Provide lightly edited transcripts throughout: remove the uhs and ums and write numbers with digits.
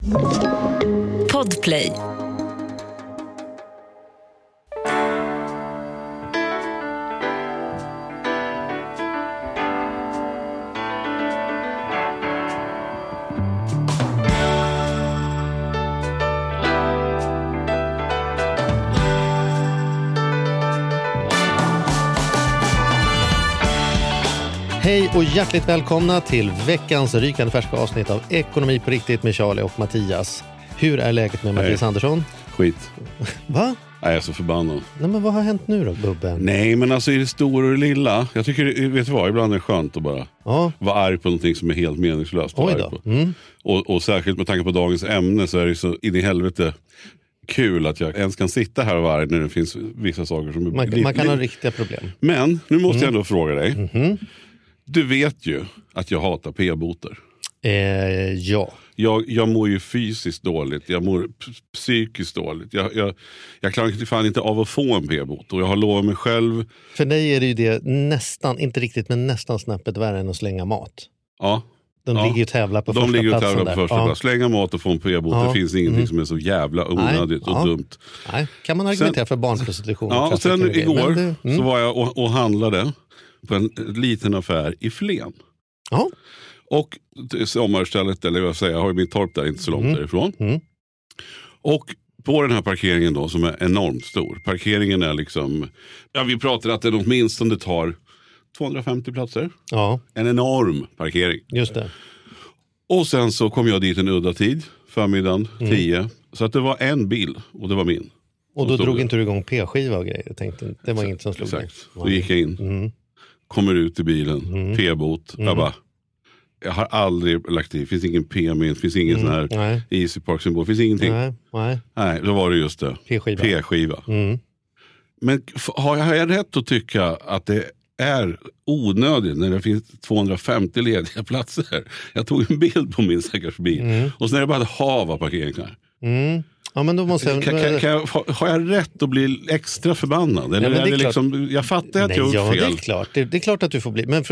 Podplay. Hej och hjärtligt välkomna till veckans rykande färska avsnitt av Ekonomi på riktigt med Charlie och Mattias. Hur är läget med Mattias Andersson? Skit. Va? Nej, jag är så förbannad. Nej, men vad har hänt nu då, Bubben? Nej, men alltså i det stora och det lilla. Jag tycker, vet du vad, ibland är det skönt att bara vara arg på någonting som är helt meningslöst. Oj då. Och särskilt med tanke på dagens ämne så är det så in i helvete kul att jag ens kan sitta här och vara arg när det finns vissa saker som... Man kan ha riktiga problem. Men, nu måste jag ändå fråga dig. Du vet ju att jag hatar p-boter. Ja. Jag mår ju fysiskt dåligt. Jag mår psykiskt dåligt. Jag klarar fan inte av att få en p-bot. Och jag har lovat mig själv. För dig är det ju det nästan, inte riktigt, men nästan snäppet värre än att slänga mat. Ja. De ligger ju tävla på första platsen. De ligger och tävlar på första plats. Slänga mat och få en p-bot. Det finns ingenting som är så jävla onödigt och dumt. Nej, kan man argumentera för barnprostitution? Ja, och sen igår så var jag och handlade på en liten affär i Flen. Ja. Och sommarstället, eller vad säger jag, har ju mitt torp där inte så långt därifrån. Och på den här parkeringen då, som är enormt stor. Parkeringen är liksom, vi pratar att den åtminstone tar 250 platser. Ja. En enorm parkering. Just det. Och sen så kom jag dit en udda tid, förmiddagen 10. Så att det var en bil, och det var min. Och då drog inte du igång p-skiva och grejer? Jag tänkte, det var inget som slog dig. Exakt, då gick jag in. Kommer ut i bilen, p-bot. Jag har aldrig lagt i, det finns ingen p-mynt, det finns ingen sån här Easy Park-symbol, det finns ingenting. Nej, då var det just det. P-skiva. Men har jag rätt att tycka att det är onödigt när det finns 250 lediga platser? Jag tog en bild på min stackars bil och sen är det bara ett hav av parkeringar. Ja, men då måste har jag rätt att bli extra förbannad? Eller är det liksom, jag fattar att jag har gjort fel. Det är klart. Det är klart att du får bli. Men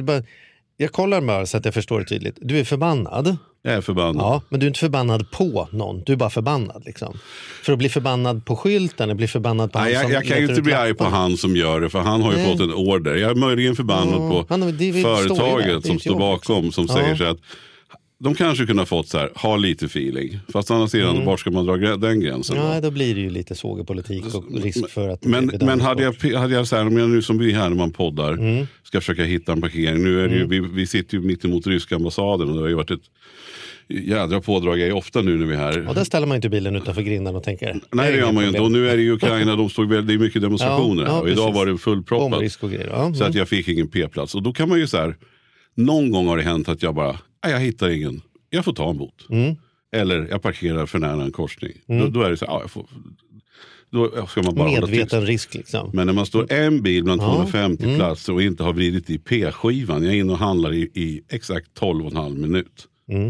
jag kollar bara så att jag förstår det tydligt. Du är förbannad. Jag är förbannad. Ja, men du är inte förbannad på någon. Du är bara förbannad liksom. För att bli förbannad på skylten, eller bli förbannad på han som... Jag kan ju inte bli arg på han som gör det, för han har ju fått en order. Jag är möjligen förbannad på företaget som står bakom, som säger så att de kanske kunde ha fått så här, ha lite feeling. Fast annars sidan, var ska man dra den gränsen? Ja, då blir det ju lite svågerpolitik och risk för att... Men hade jag så här, om jag nu som vi här när man poddar ska försöka hitta en parkering. Nu är det ju, vi sitter ju mitt emot ryska ambassaden och det har ju varit ett jädra pådrag ofta nu när vi är här. Och där ställer man inte bilen utanför grinden och tänker... Nej, det gör man ju inte. Och nu är det ju Ukraina, det är mycket demonstrationer här. Och idag var det fullproppat. Så att jag fick ingen p-plats. Och då kan man ju så här, någon gång har det hänt att jag bara... Jag hittar ingen. Jag får ta en bot. Eller jag parkerar för nära en korsning. Då är det så här, då ska man bara medveten risk liksom. Men när man står en bil bland 250 platser och inte har vridit i p-skivan. Jag är inne och handlar i exakt 12,5 minut.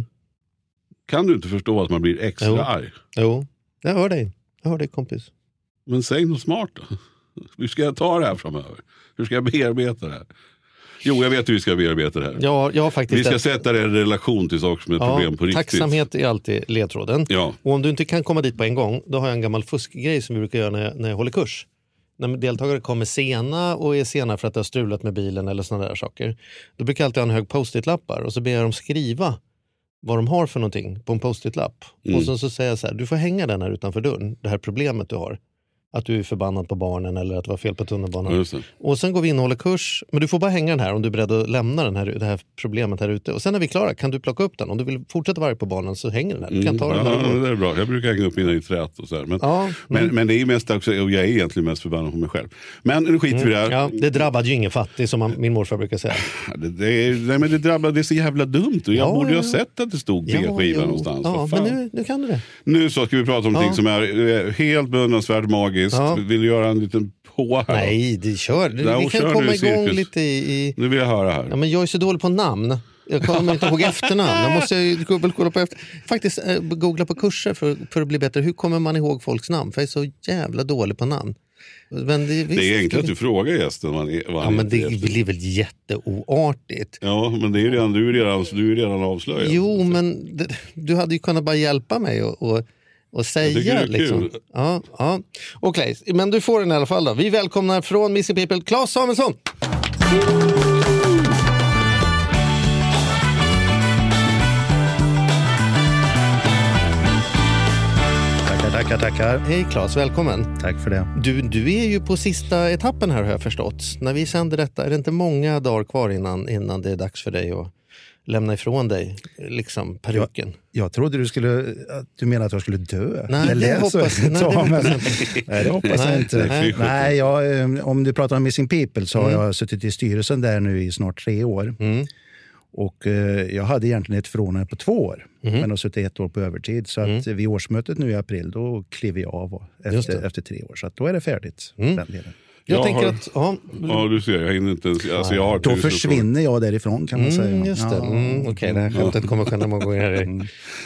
Kan du inte förstå att man blir extra arg? Jo, jag hör dig kompis. Men säg något smart då. Hur ska jag ta det här framöver? Hur ska jag bearbeta det här? Jo, jag vet hur vi ska bearbeta det här. Ja, jag har faktiskt vi ska sätta det i relation till saker som är problem på riktigt. Tacksamhet är alltid ledtråden. Ja. Och om du inte kan komma dit på en gång, då har jag en gammal fuskgrej som vi brukar göra när jag håller kurs. När deltagare kommer sena och är sena för att det har strulat med bilen eller sådana där saker. Då brukar jag alltid ha en hög post-it-lappar och så ber jag dem skriva vad de har för någonting på en post-it-lapp. Och så säger jag så här, du får hänga den här utanför dörren, det här problemet du har. Att du är förbannad på barnen eller att det var fel på tunnelbanan. Och sen går vi in och håller kurs. Men du får bara hänga den här om du är beredd att lämna det här problemet här ute. Och sen när vi är klara kan du plocka upp den. Om du vill fortsätta vara på barnen så hänger den här. Du kan ta den här. Det är bra. Jag brukar hänga upp mina i trät och så här. Men det är mest också, och jag är egentligen mest förbannad på mig själv. Men nu skiter vi där. Ja, det drabbade ju ingen fattig som min morfar brukar säga. Det drabbade, det är så jävla dumt. Och jag borde ju ha sett att det stod B-skiva någonstans. Ja, men nu kan du det. Nu så ska vi prata om någonting som är helt beundransvärt magiskt. Vill göra en liten på här. Nej, det kör. Vi kan komma igång lite i... Nu vill jag höra här. Ja, men jag är så dålig på namn. Jag kommer inte ihåg efternamn. Jag måste kolla på faktiskt googla på kurser för att bli bättre. Hur kommer man ihåg folks namn? För jag är så jävla dålig på namn. Men det är enkelt att du frågar gästen vad han men det blir väl jätteoartigt. Ja, men det är redan, du är redan avslöjad. Jo, men du hade ju kunnat bara hjälpa mig och säga liksom. Ja. Okej, men du får den i alla fall då. Vi välkomnar från Missing People Claes Samuelsson. Tackar. Hej Claes, välkommen. Tack för det. Du är ju på sista etappen här har jag förstått. När vi sänder detta är det inte många dagar kvar innan det är dags för dig att lämna ifrån dig liksom peruken. Jag trodde du menade att jag skulle dö. Nej, det hoppas jag Nej, det hoppas jag inte. Nej, om du pratar om Missing People så har jag suttit i styrelsen där nu i snart 3 år. Och jag hade egentligen ett förordnande på 2 år. Men har suttit 1 år på övertid. Så att vid årsmötet nu i april då kliver jag av efter 3 år. Så att då är det färdigt. Den delen. Jag tänker att... Ja, du ser, jag hinner inte ens... Alltså, jag har då försvinner jag därifrån kan man säga. Just det. Okej, det här skämtet kommer kunna många gånger.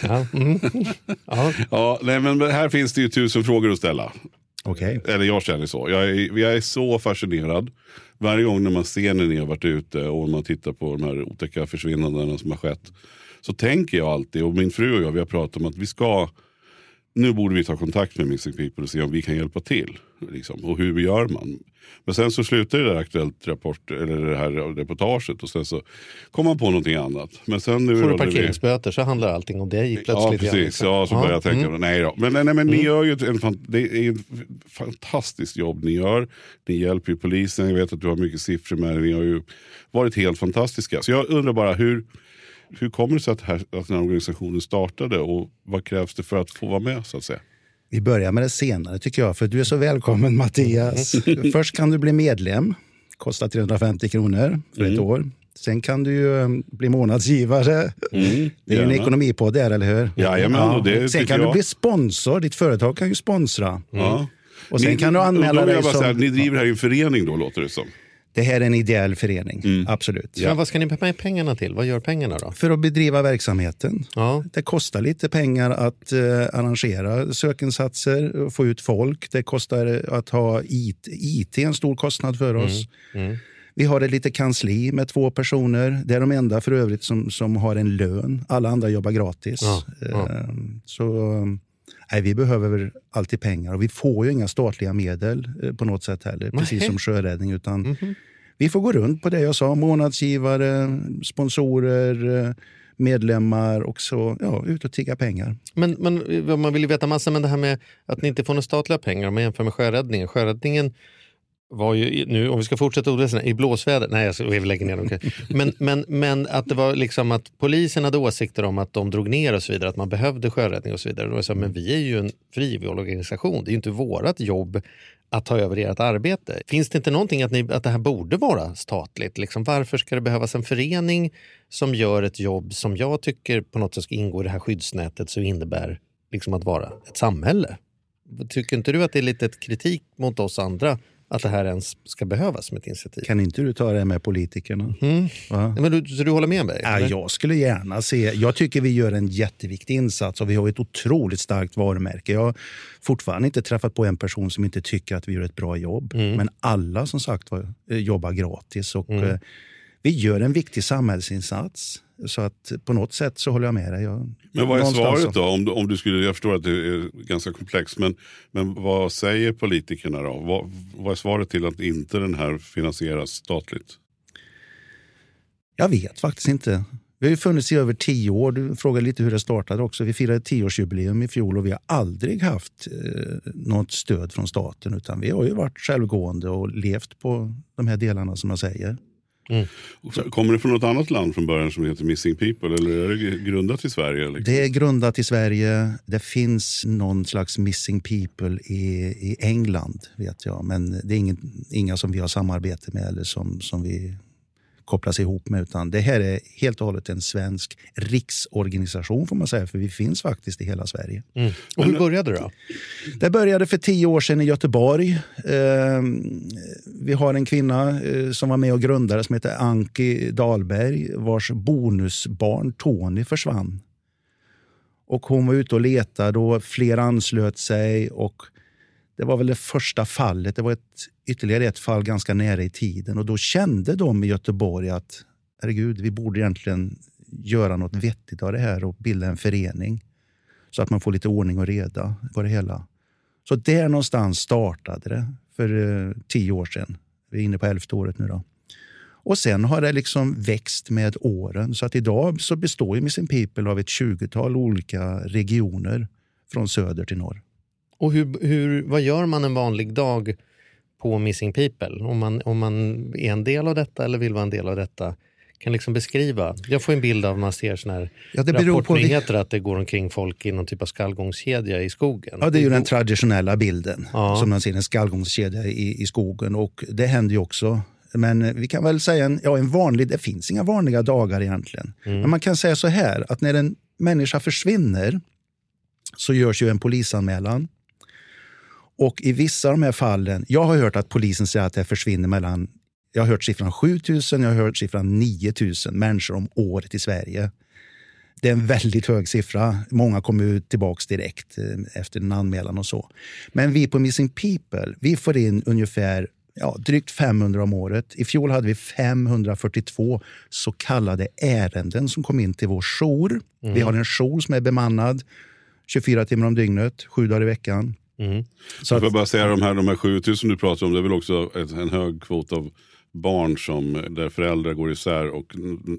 Nej, men här finns det ju 1000 frågor att ställa. Okay. Eller jag känner så. Jag är så fascinerad. Varje gång när man ser när ni har varit ute och man tittar på de här otäcka försvinnandena som har skett, så tänker jag alltid, och min fru och jag, vi har pratat om att nu borde vi ta kontakt med Missing People och se om vi kan hjälpa till. Liksom, och hur gör man? Men sen så slutar det där Aktuellt rapport, eller det här reportaget, och sen så kommer man på någonting annat. Men sen nu får du parkeringsböter så handlar allting om det plötsligt. Ja, precis. Ja, så börjar jag tänka, nej då. Men ni gör ju det är ett fantastiskt jobb ni gör. Ni hjälper ju polisen, jag vet att du har mycket siffror med. Ni har ju varit helt fantastiska. Så jag undrar bara, hur kommer det sig att den här organisationen startade och vad krävs det för att få vara med så att säga? Vi börjar med det senare tycker jag, för du är så välkommen Mattias. Först kan du bli medlem, kostar 350 kronor för 1 år. Sen kan du ju bli månadsgivare. Det är ju en ekonomipodd där, eller hur? Ja. Sen kan du bli sponsor, ditt företag kan ju sponsra. Och sen kan du anmäla dig som... Ni driver här i en förening då, låter det som. Det här är en ideell förening, absolut. Ja. Men vad ska ni med pengarna till? Vad gör pengarna då? För att bedriva verksamheten. Ja. Det kostar lite pengar att arrangera sökinsatser, få ut folk. Det kostar att ha IT en stor kostnad för oss. Vi har ett litet kansli med 2 personer. Det är de enda för övrigt som har en lön. Alla andra jobbar gratis. Nej, vi behöver alltid pengar och vi får ju inga statliga medel på något sätt heller, precis som sjöräddning, utan vi får gå runt på det jag sa, månadsgivare, sponsorer, medlemmar och så ut och tigga pengar. Men man vill ju veta massa, men det här med att ni inte får några statliga pengar om man jämför med sjöräddningen. Sjöräddningen var ju nu, om vi ska fortsätta odla i blåsväder, nej vi lägger ner dem. Men att det var liksom att polisen hade åsikter om att de drog ner och så vidare, att man behövde sjöräddning och så vidare. Och så, men vi är ju en frivillig organisation, det är ju inte vårat jobb att ta över ert arbete. Finns det inte någonting att det här borde vara statligt? Liksom, varför ska det behövas en förening som gör ett jobb som jag tycker på något sätt ska ingå i det här skyddsnätet, så innebär liksom att vara ett samhälle? Tycker inte du att det är lite ett kritik mot oss andra att det här ens ska behövas som ett initiativ? Kan inte du ta det med politikerna? Men så du håller med mig? Ja, jag skulle gärna se. Jag tycker vi gör en jätteviktig insats och vi har ett otroligt starkt varumärke. Jag har fortfarande inte träffat på en person som inte tycker att vi gör ett bra jobb. Men alla som sagt jobbar gratis och vi gör en viktig samhällsinsats. Så att på något sätt så håller jag med dig. Men vad är svaret då? Om du skulle, jag förstår att det är ganska komplext, men vad säger politikerna då? Vad är svaret till att inte den här finansieras statligt? Jag vet faktiskt inte. Vi har ju funnits i över 10 år. Du frågade lite hur det startade också. Vi firade 10-årsjubileum i fjol och vi har aldrig haft något stöd från staten, utan vi har ju varit självgående och levt på de här delarna som jag säger. Kommer det från något annat land från början som heter Missing People, eller är det grundat i Sverige? Liksom? Det är grundat i Sverige. Det finns någon slags Missing People i England, vet jag. Men det är inga som vi har samarbete med eller som vi kopplas ihop med, utan det här är helt och hållet en svensk riksorganisation får man säga, för vi finns faktiskt i hela Sverige. Och hur började det då? Det började för 10 år sedan i Göteborg. Vi har en kvinna som var med och grundade som heter Anki Dahlberg, vars bonusbarn Tony försvann. Och hon var ute och letade och fler anslöt sig och Det var väl det första fallet. Det var ytterligare ett fall ganska nära i tiden. Och då kände de i Göteborg att herregud, vi borde egentligen göra något vettigt av det här och bilda en förening. Så att man får lite ordning och reda på det hela. Så där någonstans startade det för 10 år sedan. Vi är inne på 11:e året nu då. Och sen har det liksom växt med åren. Så att idag så består ju Missing People av ett 20-tal olika regioner från söder till norr. Och vad gör man en vanlig dag på Missing People? Om man är en del av detta eller vill vara en del av detta? Kan liksom beskriva. Jag får en bild av man ser såna här rapportnyheter att det går omkring folk i någon typ av skallgångskedja i skogen. Ja, det är ju den traditionella bilden som man ser, en skallgångskedja i skogen. Och det händer ju också. Men vi kan väl säga det finns inga vanliga dagar egentligen. Men man kan säga så här, att när en människa försvinner så görs ju en polisanmälan. Och i vissa av de här fallen, jag har hört att polisen säger att det försvinner jag har hört siffran 7000, jag har hört siffran 9000 människor om året i Sverige. Det är en väldigt hög siffra. Många kommer ut tillbaks direkt efter en anmälan och så. Men vi på Missing People, vi får in ungefär drygt 500 om året. I fjol hade vi 542 så kallade ärenden som kom in till vår jour. Vi har en jour som är bemannad 24 timmar om dygnet, 7 dagar i veckan. Så jag får bara säga de här 7000 du pratar om, det är väl också en hög kvot av barn där föräldrar går isär och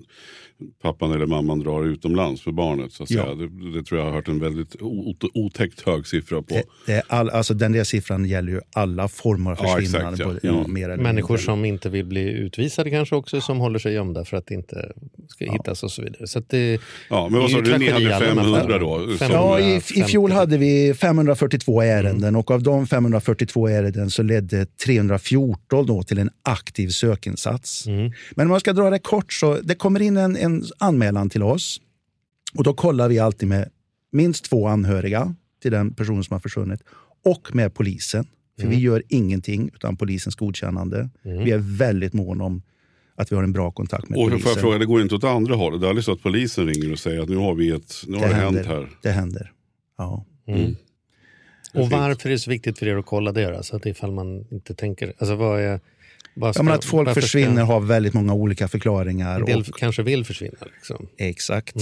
pappan eller mamman drar utomlands för barnet. Så att säga. Det tror jag har hört en väldigt otäckt hög siffra på. Alltså den där siffran gäller ju alla former av försvinnande. Exakt, människor som inte vill bli utvisade kanske också, som håller sig gömda för att inte ska hittas och så vidare. Så att det, men vad sa du, ni hade 500 då? I fjol hade vi 542 ärenden och av de 542 ärenden så ledde 314 då till en aktiv sökinsats. Men om man ska dra det kort så det kommer in en anmälan till oss och då kollar vi alltid med minst 2 anhöriga till den person som har försvunnit och med polisen. För vi gör ingenting utan polisens godkännande. Vi är väldigt måna om att vi har en bra kontakt med polisen. Och får jag fråga, det går inte åt andra hållet? Det är aldrig så att polisen ringer och säger att nu har det hänt här. Det händer, ja. Och varför är det så viktigt för er att kolla det? Så att ifall man inte tänker, alltså att folk försvinner har väldigt många olika förklaringar. En del kanske vill försvinna. Liksom. Exakt.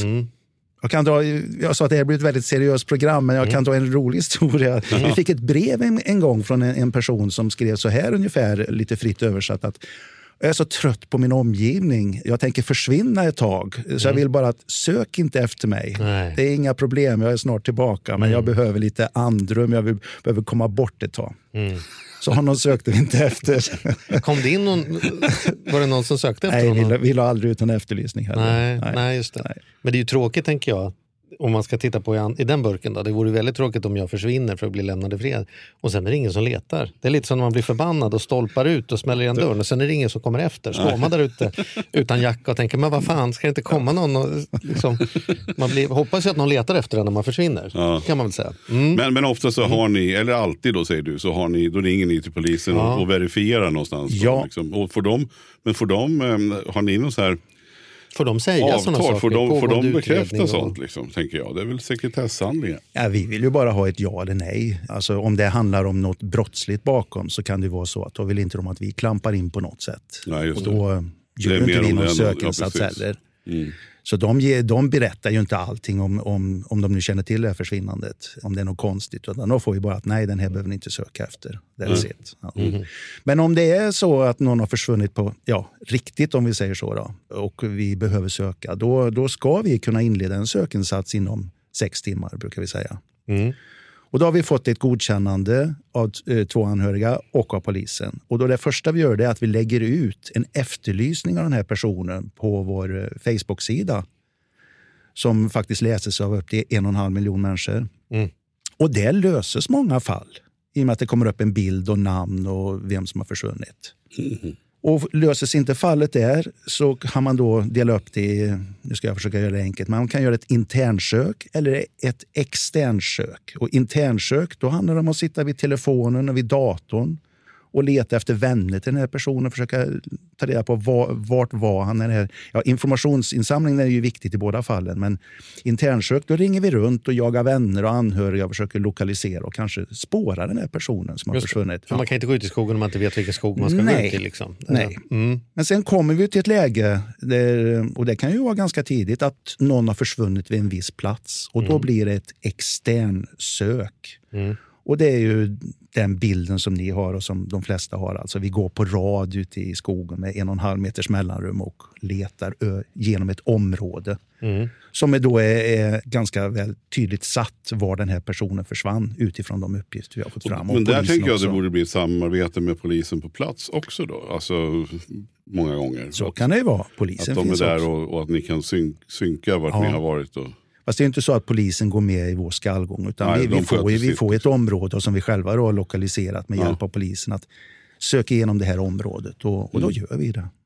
Jag sa att det här blir ett väldigt seriöst program, men jag kan dra en rolig historia. Vi fick ett brev en gång från en person som skrev så här ungefär, lite fritt översatt, att jag är så trött på min omgivning. Jag tänker försvinna ett tag. Så jag vill bara att sök inte efter mig. Det är inga problem, jag är snart tillbaka. Men jag behöver lite andrum, jag behöver komma bort ett tag. Så honom sökte vi inte efter. Kom det in var det någon som sökte efter honom? Nej, vi la aldrig ut en efterlysning heller. Nej, just det. Nej. Men det är ju tråkigt, tänker jag, om man ska titta på i den burken då. Det vore väldigt tråkigt om jag försvinner för att bli lämnad i fred. Och sen är det ingen som letar. Det är lite som när man blir förbannad och stolpar ut och smäller igen dörren. Och sen är det ingen som kommer efter. Står man där ute utan jacka och tänker, men vad fan, ska det inte komma någon? Och liksom, hoppas ju att någon letar efter den när man försvinner. Kan man väl säga. Men ofta så har ni, eller alltid då säger du, så har ni, då ringer ni till polisen och verifierar någonstans. Då, liksom. Och får de, har ni någon så här får de säga sådana saker? Får de bekräfta sånt, liksom, tänker jag? Det är väl sekretesshandlingar. Ja, vi vill ju bara ha ett ja eller nej. Alltså, om det handlar om något brottsligt bakom så kan det vara så att då vill inte de att vi klampar in på något sätt. Nej, just och då gör inte vi någon sökinsats heller. Så de berättar ju inte allting om de nu känner till det här försvinnandet. Om det är något konstigt. Utan då får vi bara att nej, den här behöver ni inte söka efter. Men om det är så att någon har försvunnit på riktigt, om vi säger så då, och vi behöver söka, då ska vi kunna inleda en sökinsats inom 6 timmar, brukar vi säga. Och då har vi fått ett godkännande av 2 anhöriga och av polisen. Och då det första vi gör är att vi lägger ut en efterlysning av den här personen på vår Facebook-sida. Som faktiskt läses av upp till 1,5 miljon människor. Och det löses många fall. I och med att det kommer upp en bild och namn och vem som har försvunnit. Och löses inte fallet där så kan man då dela upp det i, nu ska jag försöka göra det enkelt, man kan göra ett internsök eller ett externsök. Och internsök, då handlar det om att sitta vid telefonen och vid datorn och leta efter vänner till den här personen, försöka ta reda på vart var han är. Ja, informationsinsamlingen är ju viktigt i båda fallen, men internsök, då ringer vi runt och jagar vänner och anhöriga och försöker lokalisera och kanske spåra den här personen som har försvunnit. För man kan inte gå ut i skogen om man inte vet vilken skog man ska gå ut i. Liksom. Nej. Men sen kommer vi till ett läge, och det kan ju vara ganska tidigt, att någon har försvunnit vid en viss plats och då blir det ett extern sök. Och det är ju den bilden som ni har och som de flesta har. Alltså vi går på rad ute i skogen med 1,5 meters mellanrum och letar genom ett område. Som då är ganska väl tydligt satt var den här personen försvann utifrån de uppgifter vi har fått fram. Men där tänker jag att det borde bli samarbete med polisen på plats också då. Alltså många gånger. Så kan det ju vara. Polisen att de finns är där också. Och att ni kan synka vart ni har varit och... Fast det är inte så att polisen går med i vår skallgång, utan vi får ett område som vi själva har lokaliserat med hjälp av polisen att söka igenom det här området och då gör vi det.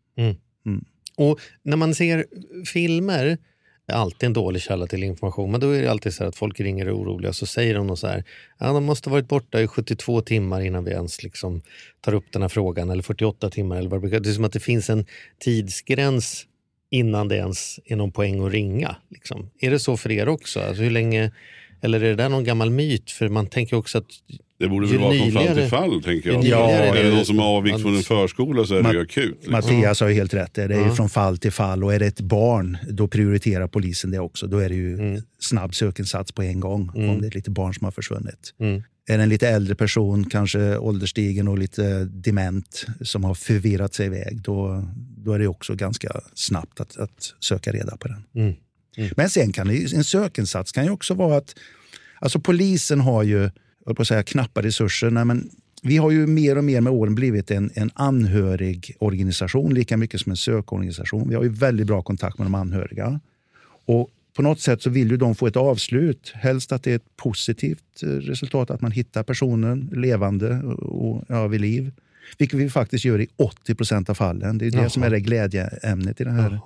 Och när man ser filmer, är alltid en dålig källa till information, men då är det alltid så att folk ringer och är oroliga, så säger de så här: ja, de måste ha varit borta i 72 timmar innan vi ens liksom tar upp den här frågan, eller 48 timmar eller vad det brukar. Det är som att det finns en tidsgräns innan det ens är någon poäng att ringa. Liksom. Är det så för er också? Alltså hur länge, eller är det där någon gammal myt? För man tänker också att... Det borde väl vara från fall till fall, tänker jag. Ja, är det någon som har avvikt från en förskola så är det ju akut. Liksom. Mattias har ju helt rätt. Det är ju från fall till fall. Och är det ett barn, då prioriterar polisen det också. Då är det ju snabb sökinsats på en gång. Om det är ett litet barn som har försvunnit. Är det en lite äldre person, kanske ålderstigen och lite dement, som har förvirrat sig iväg, då är det också ganska snabbt att söka reda på den. Men sen kan en sökinsats kan ju också vara att, alltså polisen har ju, jag på att säga, knappa resurser. Nej, men vi har ju mer och mer med åren blivit en anhörig organisation, lika mycket som en sökorganisation. Vi har ju väldigt bra kontakt med de anhöriga. Och på något sätt så vill ju de få ett avslut. Helst att det är ett positivt resultat, att man hittar personen levande och vid liv. Vilket vi faktiskt gör i 80% av fallen. Det är det som är det glädjeämnet i det här.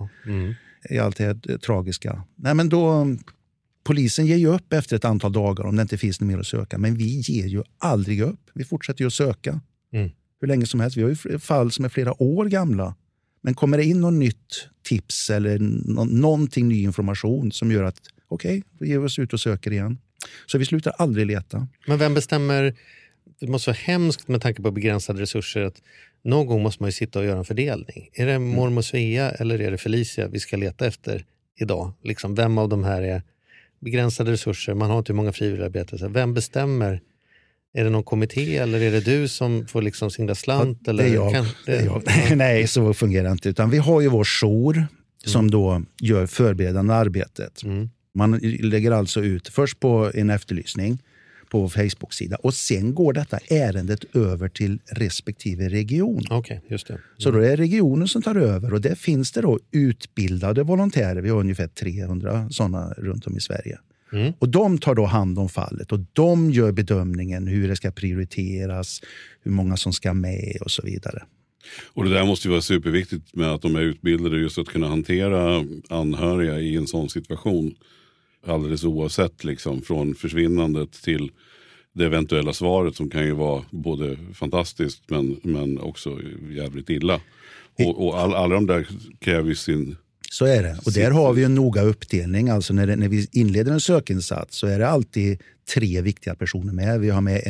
I allt det här tragiska. Nej, men då... Polisen ger ju upp efter ett antal dagar om det inte finns något mer att söka. Men vi ger ju aldrig upp. Vi fortsätter ju att söka. Hur länge som helst. Vi har ju fall som är flera år gamla. Men kommer det in något nytt tips eller någonting ny information som gör att okej, vi ger oss ut och söker igen. Så vi slutar aldrig leta. Men vem bestämmer? Det måste vara hemskt med tanke på begränsade resurser att någon gång måste man ju sitta och göra en fördelning. Är det mormor Svea eller är det Felicia vi ska leta efter idag? Liksom, vem av de här är begränsade resurser? Man har inte hur många frivilligarbetare. Vem bestämmer? Är det någon kommitté eller är det du som får liksom singla slant? Ja, eller det är jag. Nej, så fungerar det inte. Utan vi har ju vår jour som då gör förberedande arbetet. Man lägger alltså ut först på en efterlysning på Facebook-sida och sen går detta ärendet över till respektive region. Okej, just det. Så då är det regionen som tar över och där finns det då utbildade volontärer. Vi har ungefär 300 sådana runt om i Sverige. Och de tar då hand om fallet och de gör bedömningen hur det ska prioriteras, hur många som ska med och så vidare. Och det där måste ju vara superviktigt med att de är utbildade just att kunna hantera anhöriga i en sån situation. Alldeles oavsett liksom från försvinnandet till det eventuella svaret som kan ju vara både fantastiskt men också jävligt illa. Och alla de där kräver ju sin... Så är det. Och där har vi en noga uppdelning. Alltså när vi inleder en sökinsats så är det alltid 3 viktiga personer med. Vi har med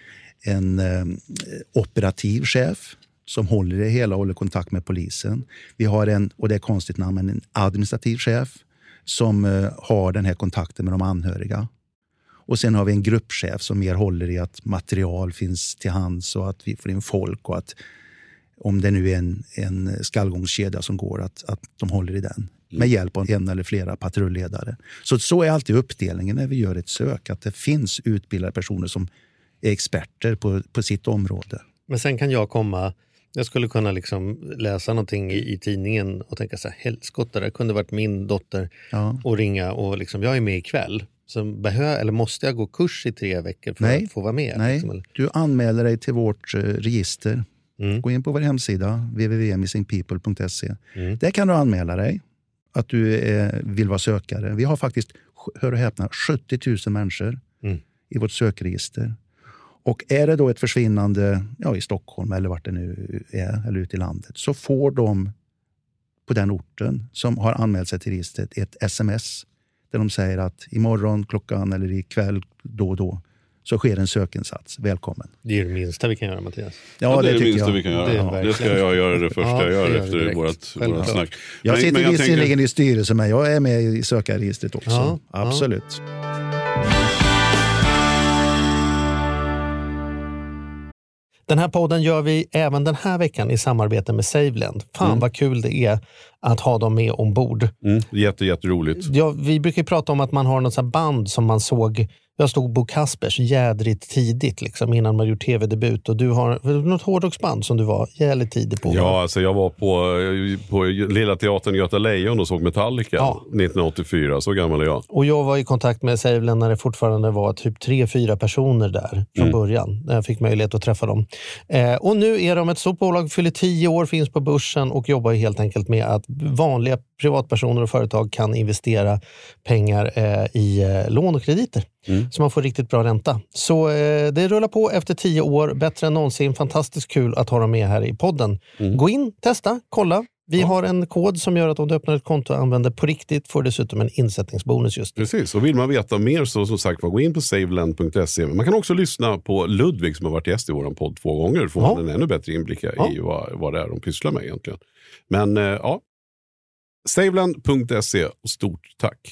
en operativ chef som håller det hela och håller kontakt med polisen. Vi har en, och det är konstigt namn, en administrativ chef som har den här kontakten med de anhöriga. Och sen har vi en gruppchef som mer håller i att material finns till hands och att vi får in folk och att om det nu är en skallgångskedja som går att de håller i den med hjälp av en eller flera patrullledare. Så är alltid uppdelningen när vi gör ett sök, att det finns utbildade personer som är experter på sitt område. Men sen kan jag skulle kunna liksom läsa någonting i tidningen och tänka så här, helskotta, det kunde varit min dotter och ringa och liksom, jag är med ikväll. Så eller måste jag gå kurs i 3 veckor för att få vara med? Nej, liksom? Du anmäler dig till vårt register. Gå in på vår hemsida www.missingpeople.se. Där kan du anmäla dig att du vill vara sökare. Vi har faktiskt, hör och häpna, 70 000 människor i vårt sökregister. Och är det då ett försvinnande i Stockholm eller vart det nu är, eller ute i landet, så får de på den orten som har anmält sig till registret ett sms där de säger att imorgon klockan eller ikväll då så sker en sökinsats. Välkommen. Det är det minsta vi kan göra, Mattias. Ja, det är det minsta vi kan göra. Det ska jag göra det första jag gör efter vårat snack. Jag sitter visserligen i styrelsen, men jag är med i sökarregistret också. Ja, absolut. Den här podden gör vi även den här veckan i samarbete med SaveLend. Fan vad kul det är att ha dem med ombord. Jätteroligt. Ja, vi brukar prata om att man har något så här band som man såg. Jag stod Bo Kaspers jädrigt tidigt liksom, innan man gjort tv-debut. Och du har något hårdrocksband som du var jävligt tidig på. Ja, alltså jag var på Lilla Teatern Göta Lejon och såg Metallica 1984. Så gammal är jag. Och jag var i kontakt med SaveLend när det fortfarande var typ 3-4 personer där från början. När jag fick möjlighet att träffa dem. Och nu är de ett stort bolag, fyller 10 år, finns på börsen och jobbar helt enkelt med att vanliga privatpersoner och företag kan investera pengar i lån och krediter. Så man får riktigt bra ränta. Så det rullar på efter 10 år, bättre än någonsin. Fantastiskt kul att ha dem med här i podden. Gå in, testa, kolla. Vi har en kod som gör att om du öppnar ett konto och använder på riktigt får dessutom en insättningsbonus just nu. Precis, och vill man veta mer så som sagt gå in på saveland.se. Man kan också lyssna på Ludvig som har varit gäst i vår podd 2 gånger. Får man en ännu bättre inblick i vad det är de pysslar med egentligen. Men saveland.se och stort tack.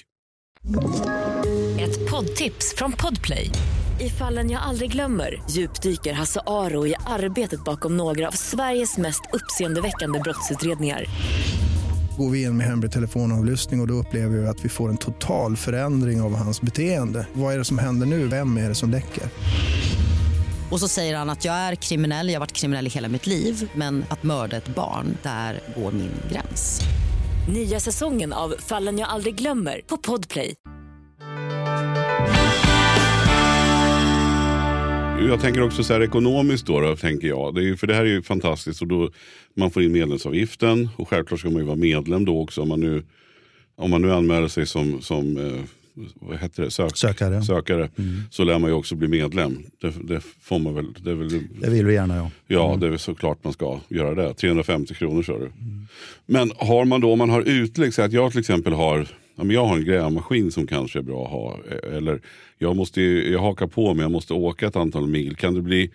Ett poddtips från Podplay. I Fallen jag aldrig glömmer djupdyker Hasse Aro i arbetet bakom några av Sveriges mest uppseendeväckande brottsutredningar. Går vi in med hemlig telefonavlyssning och då upplever vi att vi får en total förändring av hans beteende. Vad är det som händer nu? Vem är det som läcker? Och så säger han att jag är kriminell, jag har varit kriminell i hela mitt liv. Men att mörda ett barn, där går min gräns. Nya säsongen av Fallen jag aldrig glömmer på Podplay. Jag tänker också så här ekonomiskt då tänker jag. För det här är ju fantastiskt och då man får in medlemsavgiften och självklart ska man ju vara medlem då också om man nu anmäler sig som vad heter det? Sökare. Så lär man ju också bli medlem. Det får man väl. Det vill vi gärna, ja. Ja, det är väl såklart man ska göra det. 350 kronor så du. Men har man då, om man har utlägg, så att jag till exempel har en grävmaskin som kanske är bra att ha. Eller jag hakar på mig, jag måste åka ett antal mil. Kan det bli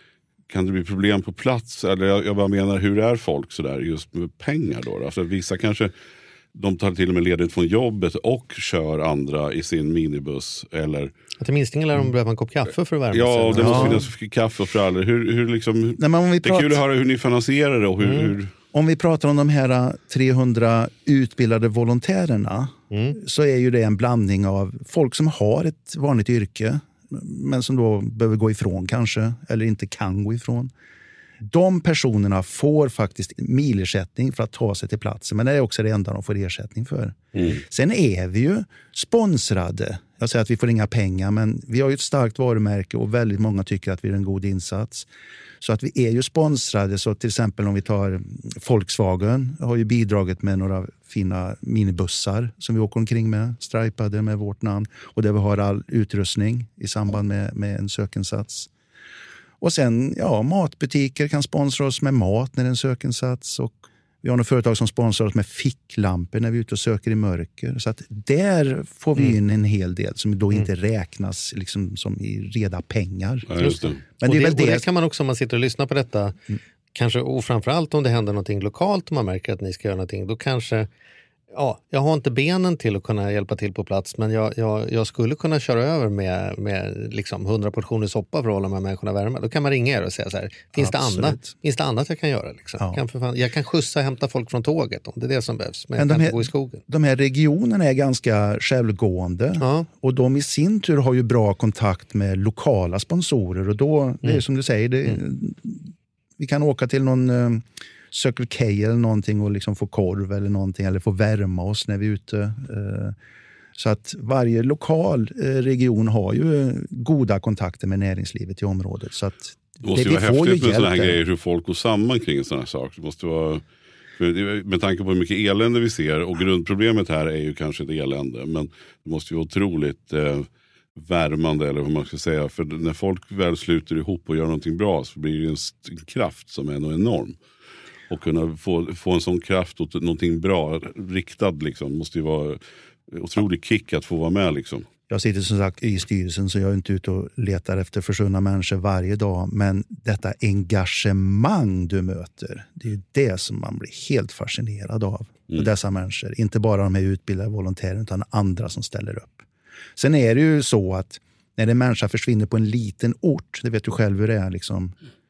problem på plats? Eller jag bara menar, hur är folk så där just med pengar då? Alltså vissa kanske, de tar till och med ledigt från jobbet och kör andra i sin minibuss. Eller att det minst ingen lär de behöver en kopp kaffe för att värma sig. Ja, det måste finnas kaffe för alla. Hur liksom, det är kul att höra hur ni finansierar det och hur... Om vi pratar om de här 300 utbildade volontärerna så är ju det en blandning av folk som har ett vanligt yrke men som då behöver gå ifrån kanske eller inte kan gå ifrån. De personerna får faktiskt milersättning för att ta sig till platsen, men det är också det enda de får ersättning för. Sen är vi ju sponsrade. Jag säger att vi får inga pengar, men vi har ju ett starkt varumärke och väldigt många tycker att vi är en god insats. Så att vi är ju sponsrade, så till exempel om vi tar Volkswagen har ju bidragit med några fina minibussar som vi åker omkring med, stripade med vårt namn och där vi har all utrustning i samband med en sökinsats. Och sen, matbutiker kan sponsra oss med mat när det är en sökinsats och vi har några företag som sponsrar oss med ficklampor när vi är ute och söker i mörker. Så att där får vi in en hel del som då inte räknas liksom som i reda pengar. Ja, just det. Men och det kan man också, om man sitter och lyssnar på detta, kanske, och framförallt om det händer någonting lokalt och man märker att ni ska göra någonting, då kanske... Ja, jag har inte benen till att kunna hjälpa till på plats, men jag skulle kunna köra över med liksom 100 portioner soppa för att hålla de här människorna värma. Då kan man ringa er och säga så här, finns det annat jag kan göra? Liksom? Ja. Jag kan skjutsa och hämta folk från tåget om det är det som behövs, men jag kan inte gå i skogen. De här regionerna är ganska självgående och de i sin tur har ju bra kontakt med lokala sponsorer och då, det är som du säger, vi kan åka till någon... Circle K eller någonting och liksom få korv eller någonting eller få värma oss när vi är ute. Så att varje lokal region har ju goda kontakter med näringslivet i området. Så att det måste ju vara häftigt med sådana här grejer, hur folk går samman kring sådana här saker. Det måste vara, med tanke på hur mycket elände vi ser, och grundproblemet här är ju kanske ett elände, men det måste ju vara otroligt värmande eller vad man ska säga. För när folk väl sluter ihop och gör någonting bra så blir det en kraft som är nog enorm. Och kunna få en sån kraft åt någonting bra, riktad liksom, måste ju vara otrolig kick att få vara med liksom. Jag sitter som sagt i styrelsen så jag är inte ute och letar efter försvunna människor varje dag. Men detta engagemang du möter, det är ju det som man blir helt fascinerad av. Och dessa människor, inte bara de här utbildade volontärerna utan andra som ställer upp. Sen är det ju så att när en människa försvinner på en liten ort, det vet du själv hur det är liksom,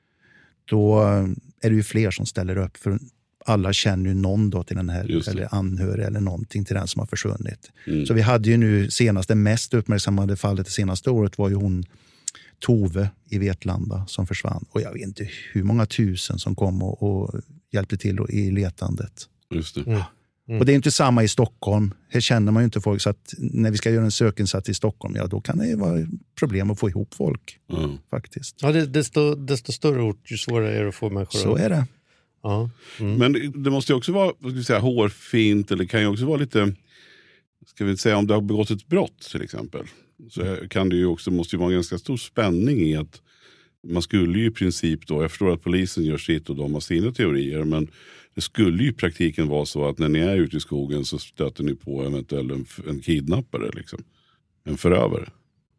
då är det ju fler som ställer upp. För alla känner ju någon då till den här, eller anhörig eller någonting till den som har försvunnit. Så vi hade ju nu senast, det mest uppmärksammade fallet det senaste året var ju hon Tove i Vetlanda som försvann. Och jag vet inte hur många tusen som kom och hjälpte till i letandet. Just det. Och det är inte samma i Stockholm. Här känner man ju inte folk, så att när vi ska göra en sökinsats i Stockholm, ja då kan det ju vara problem att få ihop folk faktiskt. Ja, desto större ort, ju svårare är det att få människor. Så är det. Ja. Men det måste ju också vara, vad ska vi säga, hårfint, eller kan ju också vara lite, ska vi säga, om det har begått ett brott till exempel, så kan det ju också, måste ju vara en ganska stor spänning i att man skulle ju i princip då, jag förstår att polisen gör sitt och de har sina teorier, men det skulle ju i praktiken vara så att när ni är ute i skogen så stöter ni på eventuellt en kidnappare liksom, en förövare.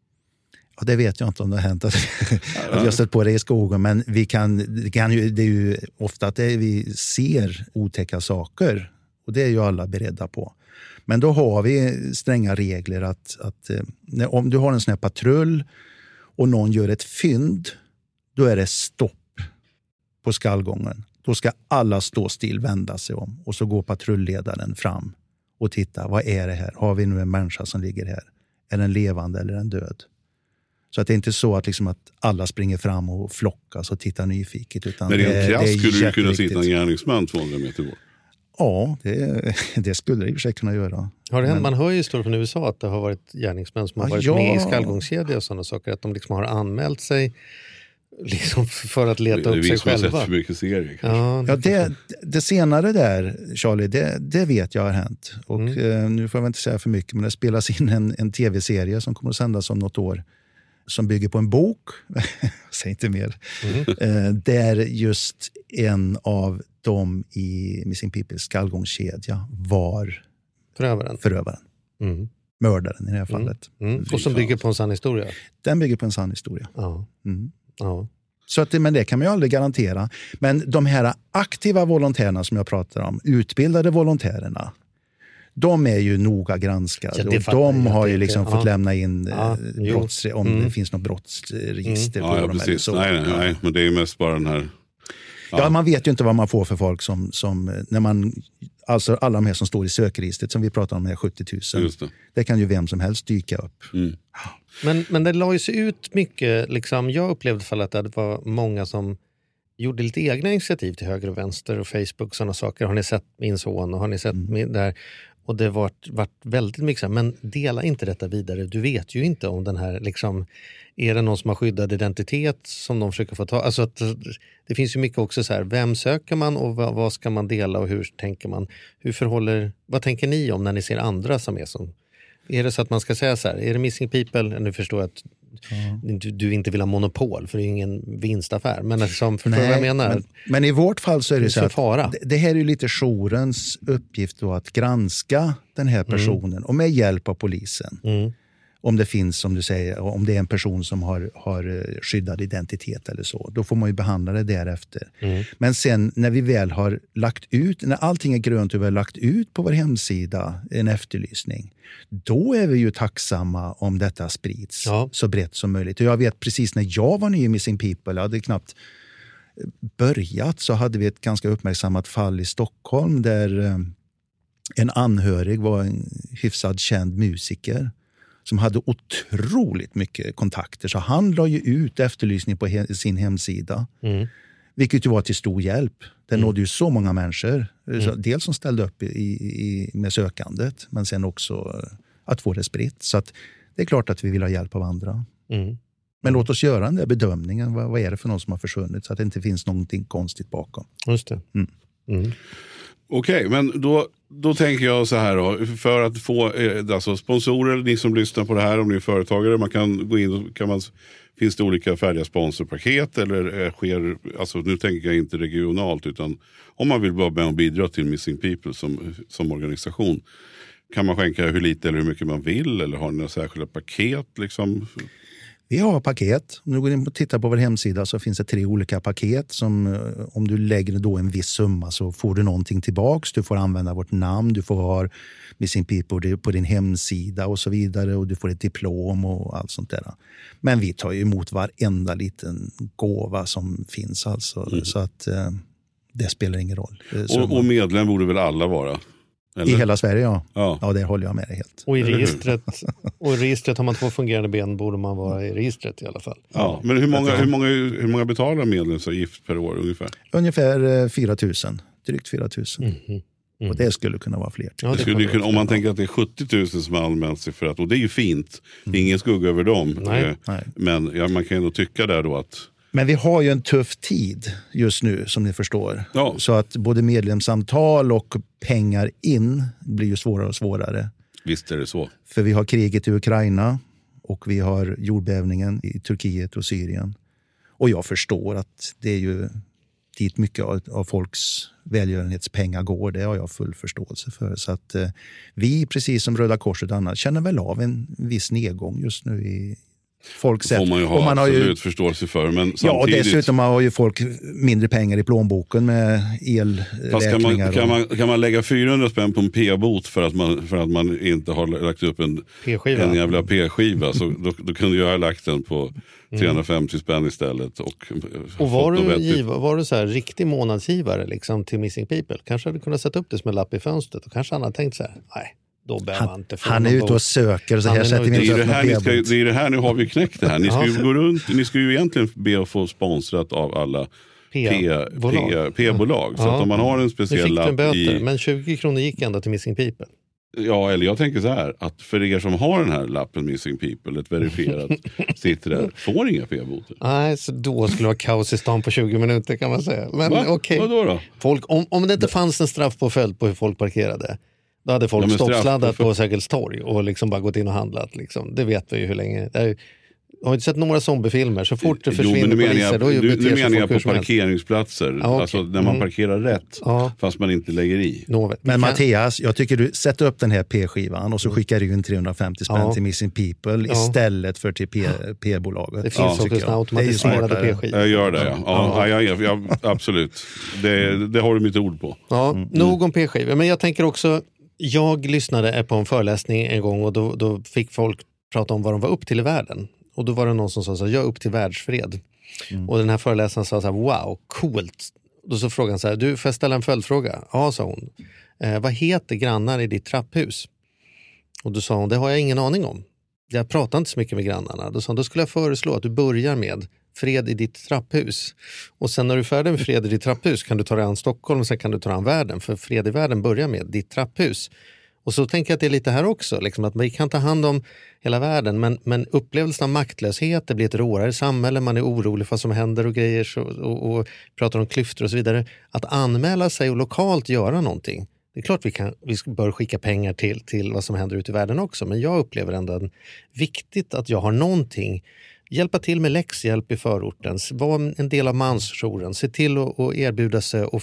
Ja, det vet jag inte om det har hänt att jag stött på det i skogen, men det är ju ofta att vi ser otäcka saker och det är ju alla beredda på. Men då har vi stränga regler att om du har en sån här patrull och någon gör ett fynd, då är det stopp på skallgången. Då ska alla stå still, vända sig om och så går patrullledaren fram och tittar, vad är det här? Har vi nu en människa som ligger här? Är den levande eller en död? Så att det är inte så att, liksom, att alla springer fram och flockas och tittar nyfiket. Utan men rent krasst skulle du kunna sitta en gärningsman 200 meter bort? Ja, det skulle det i och för sig kunna göra. Har det hänt? Man hör ju historier från USA att det har varit gärningsmän som har varit med i skallgångskedja och sådana saker. Att de liksom har anmält sig liksom för att leta upp sig själva. Sett för mycket serier, ja, det senare där, Charlie, det vet jag har hänt. Och nu får jag inte säga för mycket, men det spelas in en tv-serie som kommer att sändas om något år, som bygger på en bok, säg inte mer, där just en av dem i Missing Peoples skallgångskedja var förövaren. Mördaren i det här fallet. Och som bygger på en sann historia? Den bygger på en sann historia. Ja. Ja. Så att, men det kan man ju aldrig garantera. Men de här aktiva volontärerna som jag pratar om, utbildade volontärerna, de är ju noga granskade. Ja, och de har ju liksom fått lämna in om det finns något brottsregister på dem. Precis. Så. Nej, men det är ju mest bara den här... Ja, man vet ju inte vad man får för folk som när man, alltså alla de här som står i sökregistret som vi pratar om, är 70 000. Just det. Det kan ju vem som helst dyka upp. Men det la ju sig ut mycket, liksom, jag upplevde för att det var många som gjorde lite egna initiativ till höger och vänster och Facebook och sådana saker. Har ni sett min son och har ni sett där? Och det varit väldigt mycket, men dela inte detta vidare. Du vet ju inte om den här, liksom, är det någon som har skyddad identitet som de försöker få ta? Alltså att det finns ju mycket också så här, vem söker man och vad ska man dela och hur tänker man? Vad tänker ni om när ni ser andra som är som? Är det så att man ska säga så här, är det Missing People? Nu förstår jag att du inte vill ha monopol, för det är ju ingen vinstaffär. Men liksom, förstår vad jag menar? Men i vårt fall så är det så att det här är ju lite jourens uppgift då, att granska den här personen och med hjälp av polisen. Om det finns, som du säger, om det är en person som har skyddad identitet eller så, då får man ju behandla det därefter. Men sen när vi väl har lagt ut, när allting är grönt och vi har lagt ut på vår hemsida en efterlysning, då är vi ju tacksamma om detta sprids så brett som möjligt. Och jag vet precis när jag var ny i Missing People, jag hade knappt börjat, så hade vi ett ganska uppmärksammat fall i Stockholm där en anhörig var en hyfsad känd musiker som hade otroligt mycket kontakter. Så han la ju ut efterlysning på sin hemsida. Vilket ju var till stor hjälp. Den nådde ju så många människor. Dels som ställde upp med sökandet, men sen också att få det spritt. Så att det är klart att vi vill ha hjälp av andra. Men låt oss göra den där bedömningen. Vad är det för någon som har försvunnit? Så att det inte finns någonting konstigt bakom. Just det. Okej, men då tänker jag så här då, för att få alltså sponsorer, ni som lyssnar på det här, om ni är företagare, man kan gå in och finns det olika färdiga sponsorpaket eller sker, alltså nu tänker jag inte regionalt, utan om man vill vara med och bidra till Missing People som organisation, kan man skänka hur lite eller hur mycket man vill, eller har ni några särskilda paket liksom? Vi har paket. Om du går in och tittar på vår hemsida så finns det 3 olika paket som om du lägger då en viss summa så får du någonting tillbaks. Du får använda vårt namn, du får ha Missing People på din hemsida och så vidare, och du får ett diplom och allt sånt där. Men vi tar ju emot varenda liten gåva som finns alltså, så att det spelar ingen roll. Och medlem borde väl alla vara? Eller? I hela Sverige, ja. Ja, det håller jag med dig helt. Och i registret har man 2 fungerande ben, borde man vara i registret i alla fall. Ja, men hur många betalar medlemsavgift per år ungefär? Ungefär 4 000, drygt 4 000. Och det skulle kunna vara fler. Ja, om man tänker att det är 70 000 som har anmält sig för att, och det är ju fint, ingen skugga över dem. Nej. Men man kan ju ändå tycka där då att... Men vi har ju en tuff tid just nu, som ni förstår. Ja. Så att både medlemsamtal och pengar in blir ju svårare och svårare. Visst är det så. För vi har kriget i Ukraina och vi har jordbävningen i Turkiet och Syrien. Och jag förstår att det är ju dit mycket av folks välgörenhetspengar går. Det har jag full förståelse för. Så att vi, precis som Röda Korset och annat, känner väl av en viss nedgång just nu i folk sätt. Får man ju ha man absolut förståelse för. Men samtidigt... Ja, och dessutom har ju folk mindre pengar i plånboken med elräkningar. Kan man lägga 400 spänn på en p-bot för att man inte har lagt upp en jävla p-skiva, så då kunde jag ha lagt den på 350 spänn istället. Och var du så här riktig månadsgivare liksom, till Missing People? Kanske hade kunnat sätta upp det som en lapp i fönstret, och kanske han hade tänkt så här, nej. Han är ute och söker, så här sätter vi inte upp någon p-bot. Det är det här, nu har vi knäckt det här. Ni ska ju gå runt, ni ska ju egentligen be att få sponsrat av alla p-bolag. Så att om man har en speciell lapp i... Men 20 kronor gick ändå till Missing People. Ja, eller jag tänker så här, att för er som har den här lappen Missing People, ett verifierat, sitter där, får inga p-boter. Nej, så då skulle det vara kaos i stan på 20 minuter kan man säga. Men okej. Vadå då? Folk, om det inte fanns en straffpåföljd på hur folk parkerade, då hade folk stoppsladdat på Sergels torg och liksom bara gått in och handlat. Liksom. Det vet vi ju hur länge. Jag har inte sett några zombiefilmer. Så fort det försvinner poliser, då beter sig folk hur som helst. Nu menar jag på parkeringsplatser. Okay. Alltså när man parkerar rätt, fast man inte lägger i. Men Mattias, jag tycker du sätter upp den här p-skivan och så skickar du in 350 spänn till Missing People istället för till p-bolaget. Det finns också automatiserade p-skivor. Jag gör det, ja absolut. Det har du mitt ord på. Ja, nog om p-skivor. Men jag tänker också, jag lyssnade på en föreläsning en gång och då fick folk prata om vad de var upp till i världen. Och då var det någon som sa så här, jag är upp till världsfred. Och den här föreläsaren sa så här, wow, coolt. Då så frågade han så här, du, får jag ställa en följdfråga? Ja, sa hon. Vad heter grannar i ditt trapphus? Och då sa hon, det har jag ingen aning om. Jag pratar inte så mycket med grannarna. Då sa hon, då skulle jag föreslå att du börjar med fred i ditt trapphus. Och sen när du är färdig med fred i ditt trapphus kan du ta dig an Stockholm och sen kan du ta dig an världen. För fred i världen börjar med ditt trapphus. Och så tänker jag att det är lite här också, liksom, att vi kan ta hand om hela världen, men upplevelsen av maktlöshet, det blir ett råare samhälle, man är orolig för vad som händer och grejer och pratar om klyftor och så vidare. Att anmäla sig och lokalt göra någonting, det är klart vi bör skicka pengar till vad som händer ute i världen också, men jag upplever ändå viktigt att jag har någonting. Hjälpa till med läxhjälp i förorten, vara en del av mansjouren, se till att erbjuda sig och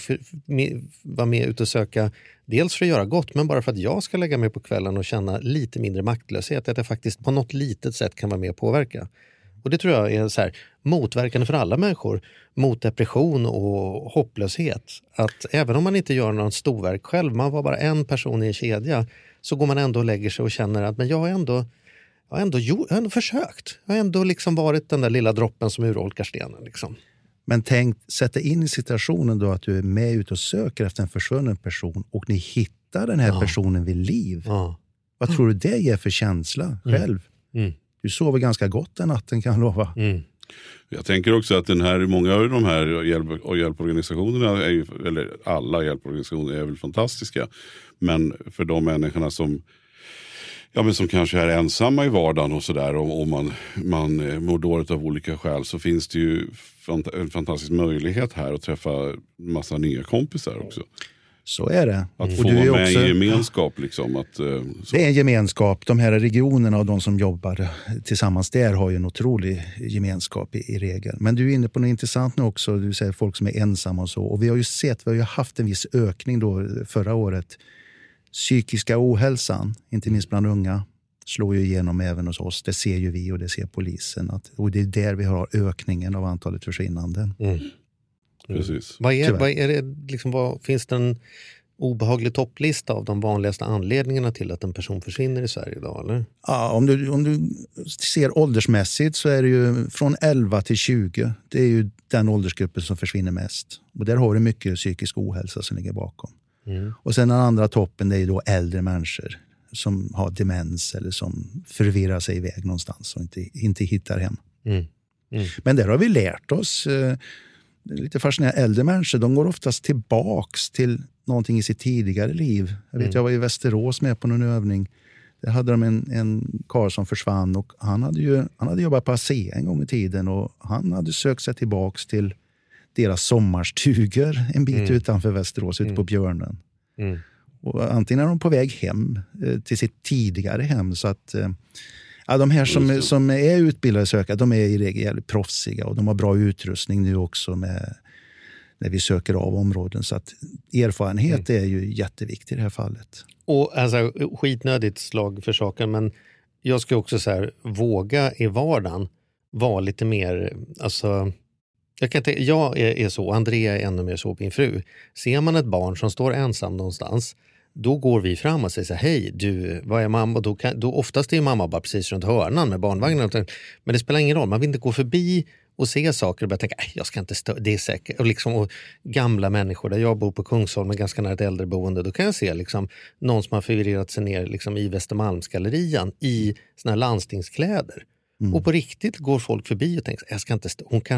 vara med ut och söka, dels för att göra gott, men bara för att jag ska lägga mig på kvällen och känna lite mindre maktlöshet, att jag faktiskt på något litet sätt kan vara med och påverka. Och det tror jag är så här, motverkande för alla människor mot depression och hopplöshet. Att även om man inte gör någon storverk själv, man var bara en person i en kedja, så går man ändå och lägger sig och känner att men jag har ändå försökt. Jag har ändå liksom varit den där lilla droppen som urholkar stenen. Liksom. Men sätta in i situationen då att du är med ut och söker efter en försvunnen person och ni hittar den här personen vid liv. Ja. Vad tror du det ger för känsla själv? Du sover ganska gott den natten, kan jag lova. Jag tänker också att många av de här hjälporganisationerna, eller alla hjälporganisationer är väl fantastiska. Men för de människorna som kanske är ensamma i vardagen och sådär, och man mår dåligt av olika skäl, så finns det ju en fantastisk möjlighet här att träffa massa nya kompisar också. Så är det. Att få vara med i en gemenskap. Liksom, det är en gemenskap. De här regionerna och de som jobbar tillsammans där har ju en otrolig gemenskap i regel. Men du är inne på något intressant nu också. Du säger folk som är ensamma och så. Och vi har ju haft en viss ökning då förra året. Psykiska ohälsan, inte minst bland unga, slår ju igenom även hos oss. Det ser ju vi och det ser polisen. Och det är där vi har ökningen av antalet försvinnanden. Precis. Vad är det liksom, finns det en obehaglig topplista av de vanligaste anledningarna till att en person försvinner i Sverige idag, eller? Ja, om du ser åldersmässigt så är det ju från 11 till 20. Det är ju den åldersgruppen som försvinner mest. Och där har du mycket psykisk ohälsa som ligger bakom. Och sen den andra toppen, det är ju då äldre människor som har demens eller som förvirrar sig iväg någonstans och inte hittar hem. Men där har vi lärt oss, lite fascinerande, äldre människor, de går oftast tillbaks till någonting i sitt tidigare liv. Jag var i Västerås med på någon övning. Där hade de en karl som försvann och han hade jobbat på ASEA en gång i tiden och han hade sökt sig tillbaks till deras sommarstugor en bit utanför Västerås, ute på Björnen. Och antingen är de på väg hem till sitt tidigare hem, så att de här som är utbildade sökare, de är i regel proffsiga och de har bra utrustning nu också när vi söker av områden, så att erfarenhet är ju jätteviktigt i det här fallet. Och alltså skitnödigt slag för saken, men jag ska också så här, våga i vardagen vara lite mer, alltså jag är så, Andrea är ännu mer så, min fru. Ser man ett barn som står ensam någonstans, då går vi fram och säger så här, hej du, vad är mamma? Då oftast är mamma bara precis runt hörnan med barnvagnen. Men det spelar ingen roll, man vill inte gå förbi och se saker och börja tänka, jag ska inte det är säkert. Och gamla människor, där jag bor på Kungsholmen, ganska nära ett äldreboende, då kan jag se liksom någon som har förvirrat sig ner liksom i Västermalmsgallerian i såna här landstingskläder. Och på riktigt går folk förbi och tänker, jag ska inte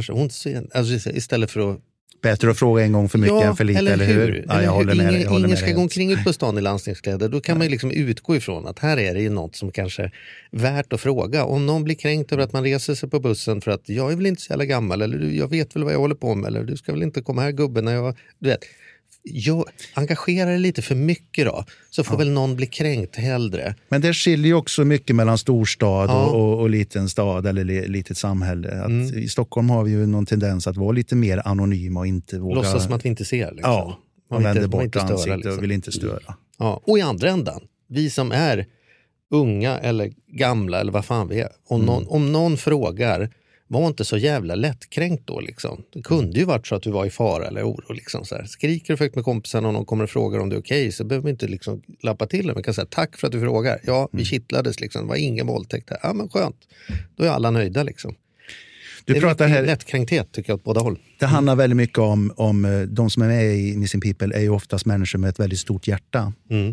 alltså, istället för att... Bättre att fråga en gång för mycket än för lite, eller hur? Ja, jag håller med. Ingen ska gå omkring ut på stan i landstingskläder. Då kan man liksom utgå ifrån att här är det ju något som kanske är värt att fråga. Om någon blir kränkt över att man reser sig på bussen för att jag är väl inte så jävla gammal, eller jag vet väl vad jag håller på med, eller du ska väl inte komma här gubben när jag... Du vet, jag engagerar det lite för mycket då, så får väl någon bli kränkt hellre. Men det skiljer ju också mycket mellan storstad och liten stad eller litet samhälle. Att i Stockholm har vi ju någon tendens att vara lite mer anonyma och inte våga... Låtsas som att vi inte ser. Liksom. Ja, man vänder bort ansiktet och vill inte störa. Ja. Och i andra ändan, vi som är unga eller gamla eller vad fan vi är. Om någon frågar, var inte så jävla lättkränkt då liksom. Det kunde ju varit så att du var i fara eller oro liksom så här. Skriker du för med kompisen och någon kommer och frågar om det är okej, så behöver vi inte liksom lappa till det. Man kan säga tack för att du frågar. Ja, vi kittlades liksom. Det var ingen våldtäkt där. Ja, men skönt. Då är alla nöjda liksom. Du pratar här lättkränkthet tycker jag åt båda håll. Det handlar väldigt mycket om de som är med i Missing People är ju oftast människor med ett väldigt stort hjärta.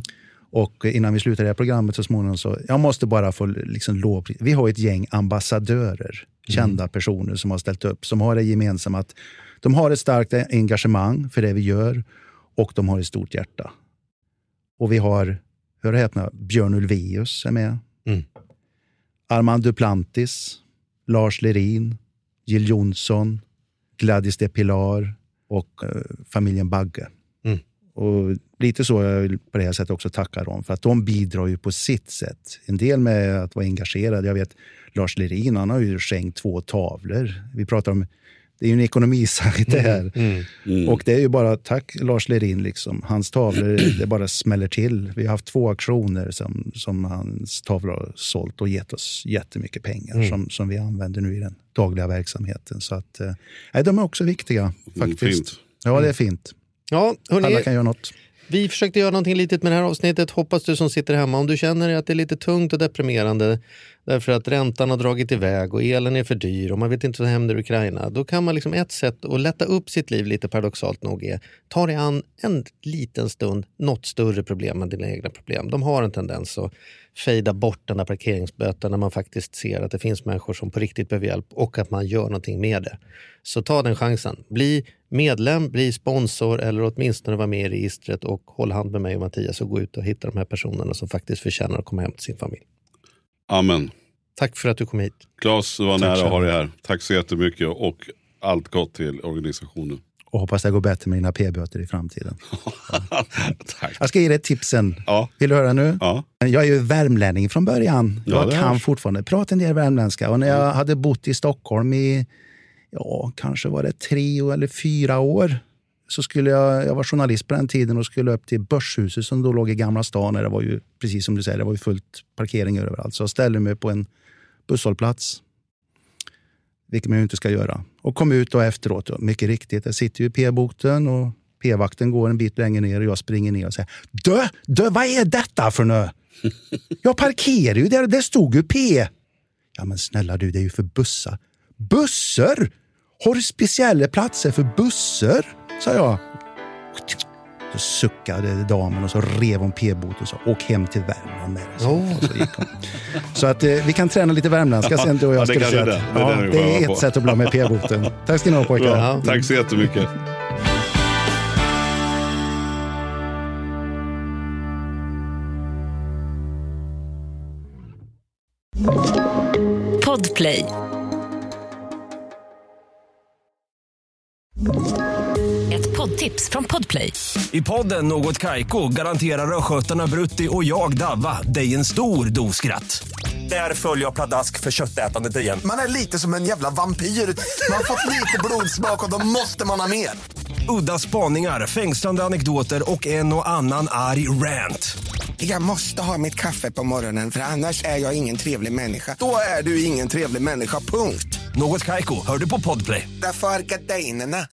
Och innan vi slutar det här programmet så småningom så jag måste bara få liksom vi har ett gäng ambassadörer, kända personer som har ställt upp, som har det gemensamma att de har ett starkt engagemang för det vi gör och de har ett stort hjärta. Och vi har, hör och häpna, Björn Ulvaeus är med. Armand Duplantis, Lars Lerin, Jill Johnson, Gladys de Pilar och familjen Bagge. Och lite så jag vill på det här sättet också tacka dem, för att de bidrar ju på sitt sätt. En del med att vara engagerad. Jag vet Lars Lerin, han har ju skänkt 2 tavlor. Vi pratar om, det är ju en ekonomisajt det här. Och det är ju bara tack Lars Lerin liksom. Hans tavlor, det bara smäller till. Vi har haft 2 auktioner som hans tavlor har sålt och gett oss jättemycket pengar som vi använder nu i den dagliga verksamheten. Så att de är också viktiga faktiskt. Fint. Ja, det är fint. Ja, hörni, alla kan göra något. Vi försökte göra någonting litet med det här avsnittet. Hoppas du som sitter hemma, om du känner att det är lite tungt och deprimerande därför att räntan har dragit iväg och elen är för dyr och man vet inte vad som händer i Ukraina, då kan man liksom ett sätt att lätta upp sitt liv lite paradoxalt nog är ta dig an en liten stund något större problem än dina egna problem. De har en tendens att fejda bort den där parkeringsböten när man faktiskt ser att det finns människor som på riktigt behöver hjälp och att man gör någonting med det. Så ta den chansen. Bli medlem, bli sponsor eller åtminstone vara med i registret och håll hand med mig och Mattias och gå ut och hitta de här personerna som faktiskt förtjänar att komma hem till sin familj. Amen. Tack för att du kom hit. Claes, det var nära att ha dig här. Tack så jättemycket och allt gott till organisationen. och hoppas det går bättre med dina p-böter i framtiden. Tack. Jag ska ge dig ett tips sen. Ja. Vill du höra nu? Ja. Jag är ju värmlänning från början. Jag kan fortfarande prata en del värmländska. Och när jag hade bott i Stockholm i, kanske var det 3 eller 4 år, så skulle jag var journalist på den tiden och skulle upp till Börshuset som då låg i Gamla stan. Det var ju, precis som du säger, det var ju fullt parkering överallt. Så jag ställde mig på en busshållplats, vilket man ju inte ska göra. Och kom ut då efteråt. Mycket riktigt, jag sitter ju i p-boten och p-vakten går en bit längre ner och jag springer ner och säger: Dö, vad är detta för nu? Jag parkerar ju där, det stod ju p. Ja men snälla du, det är ju för bussar. Bussar? Har du speciella platser för bussar? Sa jag. Så suckade damen och så rev hon p-bot och så åk hem till Värmland med det. Så gick hon. Så att vi kan träna lite värmländska sen du och jag skulle säga. Det är ett sätt att bli med p-boten. Tack ska ni ha pojkar. Ja, tack så jättemycket. Podplay. Ett poddtips från Podplay. I podden Något Kaiko garanterar röskötarna Brutti och jag Davva dig en stor doskratt. Där följer jag pladask för köttätandet igen. Man är lite som en jävla vampyr. Man har fått lite blodsmak och då måste man ha mer. Udda spaningar, fängslande anekdoter och en och annan arg rant. Jag måste ha mitt kaffe på morgonen för annars är jag ingen trevlig människa. Då är du ingen trevlig människa, punkt. Något Kaiko, hör du på Podplay. Därför är gardinerna.